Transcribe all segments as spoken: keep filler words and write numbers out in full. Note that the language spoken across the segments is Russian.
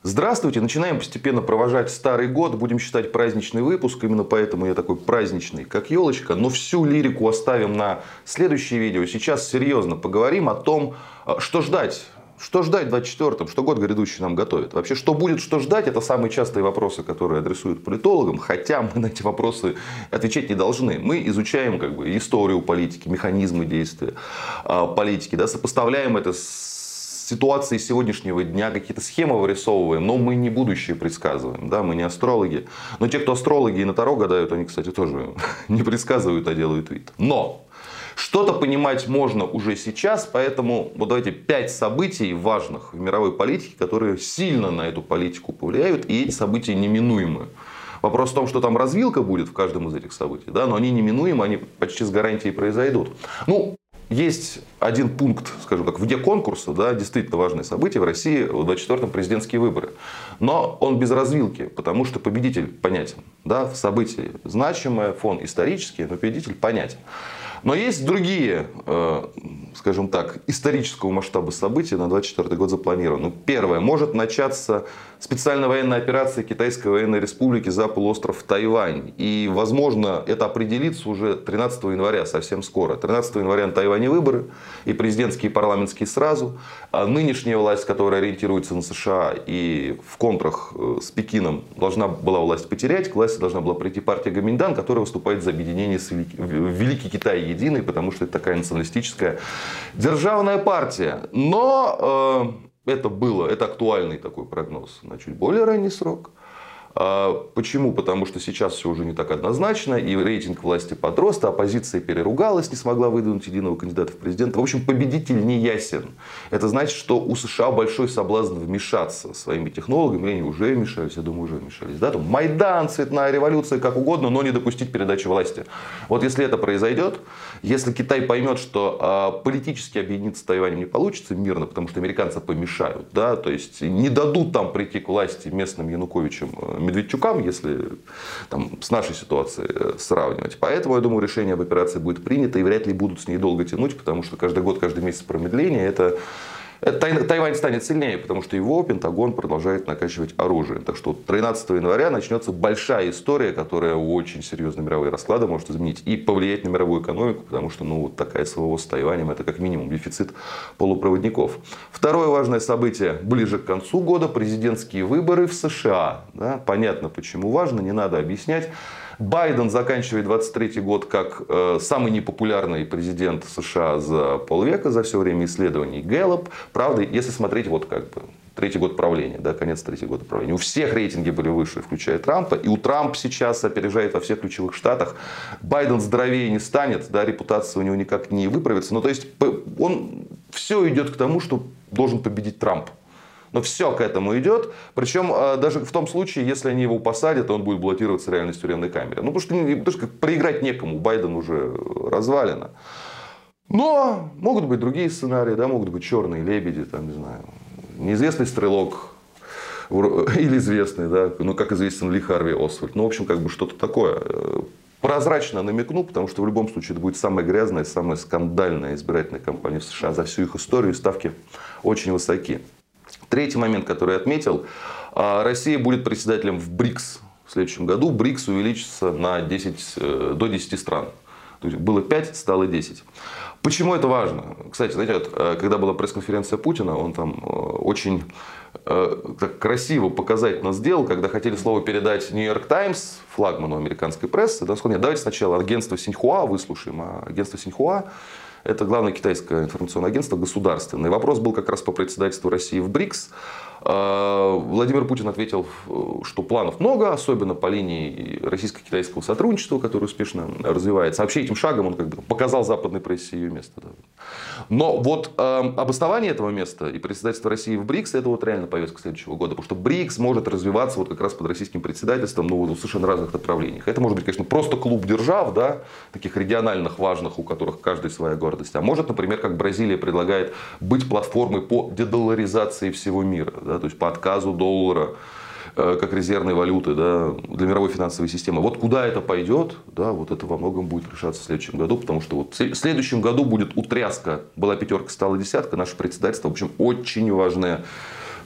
Здравствуйте! Начинаем постепенно провожать старый год. Будем считать праздничный выпуск. Именно поэтому я такой праздничный, как елочка. Но всю лирику оставим на следующее видео. Сейчас серьезно поговорим о том, что ждать. Что ждать в двадцать четвёртом? Что год грядущий нам готовит? Вообще, что будет, что ждать? Это самые частые вопросы, которые адресуют политологам. Хотя мы на эти вопросы отвечать не должны. Мы изучаем как бы историю политики, механизмы действия политики. Да, сопоставляем это с ситуации сегодняшнего дня, какие-то схемы вырисовываем, но мы не будущее предсказываем, да, мы не астрологи. Но те, кто астрологи и на таро гадают, они, кстати, тоже не предсказывают, а делают вид. Но что-то понимать можно уже сейчас, поэтому вот давайте пять событий важных в мировой политике, которые сильно на эту политику повлияют, и эти события неминуемы. Вопрос в том, что там развилка будет в каждом из этих событий, да, но они неминуемы, они почти с гарантией произойдут. Ну, есть один пункт, скажем так, вне конкурса, да, действительно важное событие в России в двадцать четвёртом президентские выборы. Но он без развилки, потому что победитель понятен. Да, событие значимое, фон исторический, но победитель понятен. Но есть другие, скажем так, исторического масштаба события на двадцать четвёртый год запланированы. Первое. Может начаться специальная военная операция Китайской военной республики за полуостров Тайвань. И, возможно, это определится уже тринадцатого января, совсем скоро. тринадцатого января на Тайване выборы, и президентские, и парламентские сразу. А нынешняя власть, которая ориентируется на США и в контрах с Пекином, должна была власть потерять. К власти должна была прийти партия Гоминьдан, которая выступает за объединение с Великий, Великий Китай единый, потому что это такая националистическая державная партия. Но э, это было, это актуальный такой прогноз на чуть более ранний срок. Почему? Потому что сейчас все уже не так однозначно, и рейтинг власти подрос, а оппозиция переругалась, не смогла выдвинуть единого кандидата в президенты. В общем, победитель не ясен. Это значит, что у США большой соблазн вмешаться своими технологами, они уже вмешались, я думаю, уже вмешались. Да? Там Майдан, цветная революция, как угодно, но не допустить передачи власти. Вот если это произойдет, если Китай поймет, что политически объединиться с Тайванем не получится мирно, потому что американцы помешают, да? То есть не дадут там прийти к власти местным Януковичем, Медведчукам, если там, с нашей ситуацией сравнивать. Поэтому, я думаю, решение об операции будет принято и вряд ли будут с ней долго тянуть, потому что каждый год, каждый месяц промедления это... Тайвань станет сильнее, потому что его Пентагон продолжает накачивать оружие. Так что тринадцатого января начнется большая история, которая очень серьезно мировые расклады может изменить и повлиять на мировую экономику, потому что ну, вот такая СВО с Тайванем — это как минимум дефицит полупроводников. Второе важное событие ближе к концу года — президентские выборы в США. Да, понятно, почему важно, не надо объяснять. Байден заканчивает двадцать третий год как э, самый непопулярный президент США за полвека, за все время исследований Гэллоп. Правда, если смотреть вот как бы третий год правления, да, конец третьего года правления. У всех рейтинги были выше, включая Трампа. И у Трампа сейчас опережает во всех ключевых штатах. Байден здоровее не станет, да, репутация у него никак не выправится. Ну, то есть, он все идет к тому, что должен победить Трамп. Но все к этому идет. Причем даже в том случае, если они его посадят, он будет баллотироваться реально в тюремной камере. Ну, потому что, потому что проиграть некому. Байден уже развалено. Но могут быть другие сценарии. Да, могут быть черные лебеди, там, не знаю, неизвестный стрелок. Или известный, да, ну, как известен Ли Харви Освальд. Ну, в общем, как бы что-то такое. Прозрачно намекну, потому что в любом случае это будет самая грязная, самая скандальная избирательная кампания в США за всю их историю. Ставки очень высоки. Третий момент, который я отметил. Россия будет председателем в БРИКС в следующем году. БРИКС увеличится на десять, до десяти стран. То есть было пять, стало десять. Почему это важно? Кстати, знаете, вот, когда была пресс-конференция Путина, он там очень так красиво показательно сделал, когда хотели слово передать Нью-Йорк Таймс, флагману американской прессы. Да, сказал, нет, давайте сначала агентство Синьхуа выслушаем. А агентство Синьхуа — это главное китайское информационное агентство государственное. Вопрос был как раз по председательству России в БРИКС. Владимир Путин ответил, что планов много, особенно по линии российско-китайского сотрудничества, которое успешно развивается. Вообще этим шагом он как бы показал западной прессе ее место. Но вот э, обоснование этого места и председательство России в БРИКС — это вот реально повестка следующего года. Потому что БРИКС может развиваться вот как раз под российским председательством, ну, в совершенно разных направлениях. Это может быть, конечно, просто клуб держав, да, таких региональных важных, у которых каждая своя гордость. А может, например, как Бразилия предлагает, быть платформой по дедолларизации всего мира. Да, то есть по отказу доллара как резервной валюты, да, для мировой финансовой системы. Вот куда это пойдет, да, вот это во многом будет решаться в следующем году, потому что вот в следующем году будет утряска. Была пятерка, стала десятка. Наше председательство, в общем, очень важное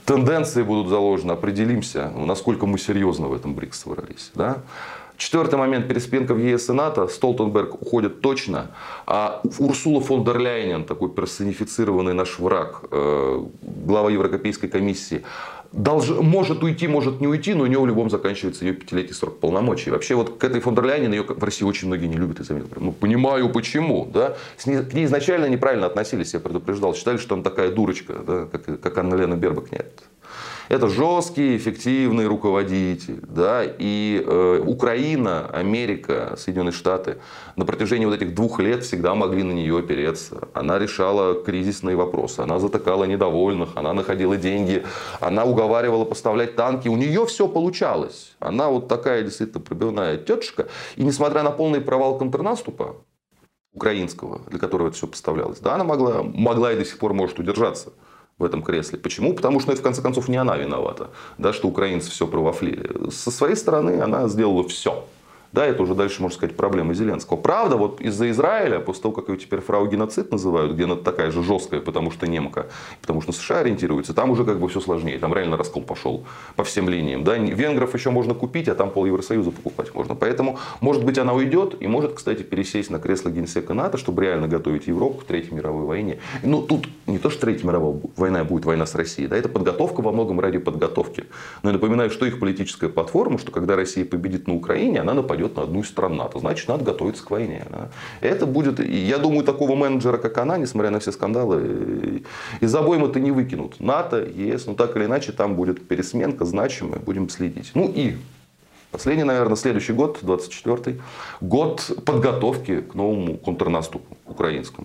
тенденции будут заложены, определимся, насколько мы серьезно в этом БРИКС собрались. Да? Четвертый момент. Переспенка в ЕС и НАТО. Столтенберг уходит точно. А Урсула фон дер Ляйен, такой персонифицированный наш враг, глава Европейской комиссии, Долж... может уйти, может не уйти, но у нее в любом заканчивается ее пятилетний срок полномочий. Вообще вот к этой фон дер Ляйен ее в России очень многие не любят. И ну, понимаю почему. Да? К ней изначально неправильно относились, я предупреждал. Считали, что она такая дурочка, да? как, как Анна-Лена Бербак. Нет. Это жесткий, эффективный руководитель. Да? И э, Украина, Америка, Соединенные Штаты на протяжении вот этих двух лет всегда могли на нее опереться. Она решала кризисные вопросы, она затыкала недовольных, она находила деньги, она уговаривала поставлять танки. У нее все получалось. Она вот такая действительно пробивная тетушка. И несмотря на полный провал контрнаступа украинского, для которого это все поставлялось, да, она могла, могла и до сих пор может удержаться в этом кресле. Почему? Потому что это, в конце концов, не она виновата, да, что украинцы все провафлили. Со своей стороны она сделала все. Да, это уже дальше, можно сказать, проблема Зеленского. Правда, вот из-за Израиля, после того, как ее теперь фрау геноцид называют, где она такая же жесткая, потому что немка, потому что на США ориентируется, там уже как бы все сложнее. Там реально раскол пошел по всем линиям. Да? Венгров еще можно купить, а там пол Евросоюза покупать можно. Поэтому, может быть, она уйдет и может, кстати, пересесть на кресло генсека НАТО, чтобы реально готовить Европу к Третьей мировой войне. Ну, тут не то, что Третья мировая война будет война с Россией. Да? Это подготовка во многом ради подготовки. Но я напоминаю, что их политическая платформа, что когда Россия победит на Украине, она нападет на одну из стран НАТО. Значит, надо готовиться к войне. Да? Это будет, я думаю, такого менеджера, как она, несмотря на все скандалы, из обоймы-то не выкинут. НАТО, ЕС, ну так или иначе, там будет пересменка значимая, будем следить. Ну и последний, наверное, следующий год, двадцать четвёртый, год подготовки к новому контрнаступу украинскому.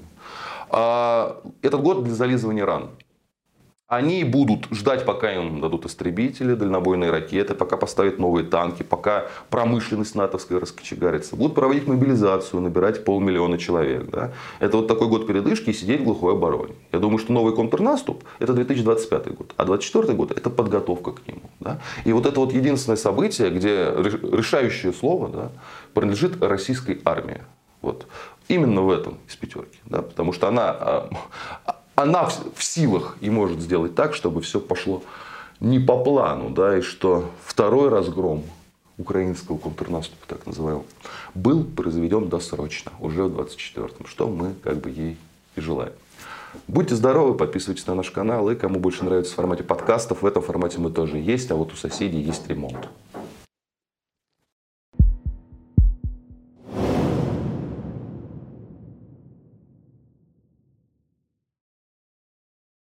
Этот год для зализывания ран. Они будут ждать, пока им дадут истребители, дальнобойные ракеты, пока поставят новые танки, пока промышленность натовская раскочегарится. Будут проводить мобилизацию, набирать полмиллиона человек. Да? Это вот такой год передышки и сидеть в глухой обороне. Я думаю, что новый контрнаступ – это две тысячи двадцать пятый год, а двадцать четвёртый год – это подготовка к нему. Да? И вот это вот единственное событие, где решающее слово, да, принадлежит российской армии. Вот. Именно в этом из пятерки. Да? Потому что она... Она в силах и может сделать так, чтобы все пошло не по плану. Да, и что второй разгром украинского контрнаступа, так называемого, был произведен досрочно, уже в двадцать четвёртом, что мы как бы ей и желаем. Будьте здоровы, подписывайтесь на наш канал. И кому больше нравится в формате подкастов, в этом формате мы тоже есть. А вот у соседей есть ремонт.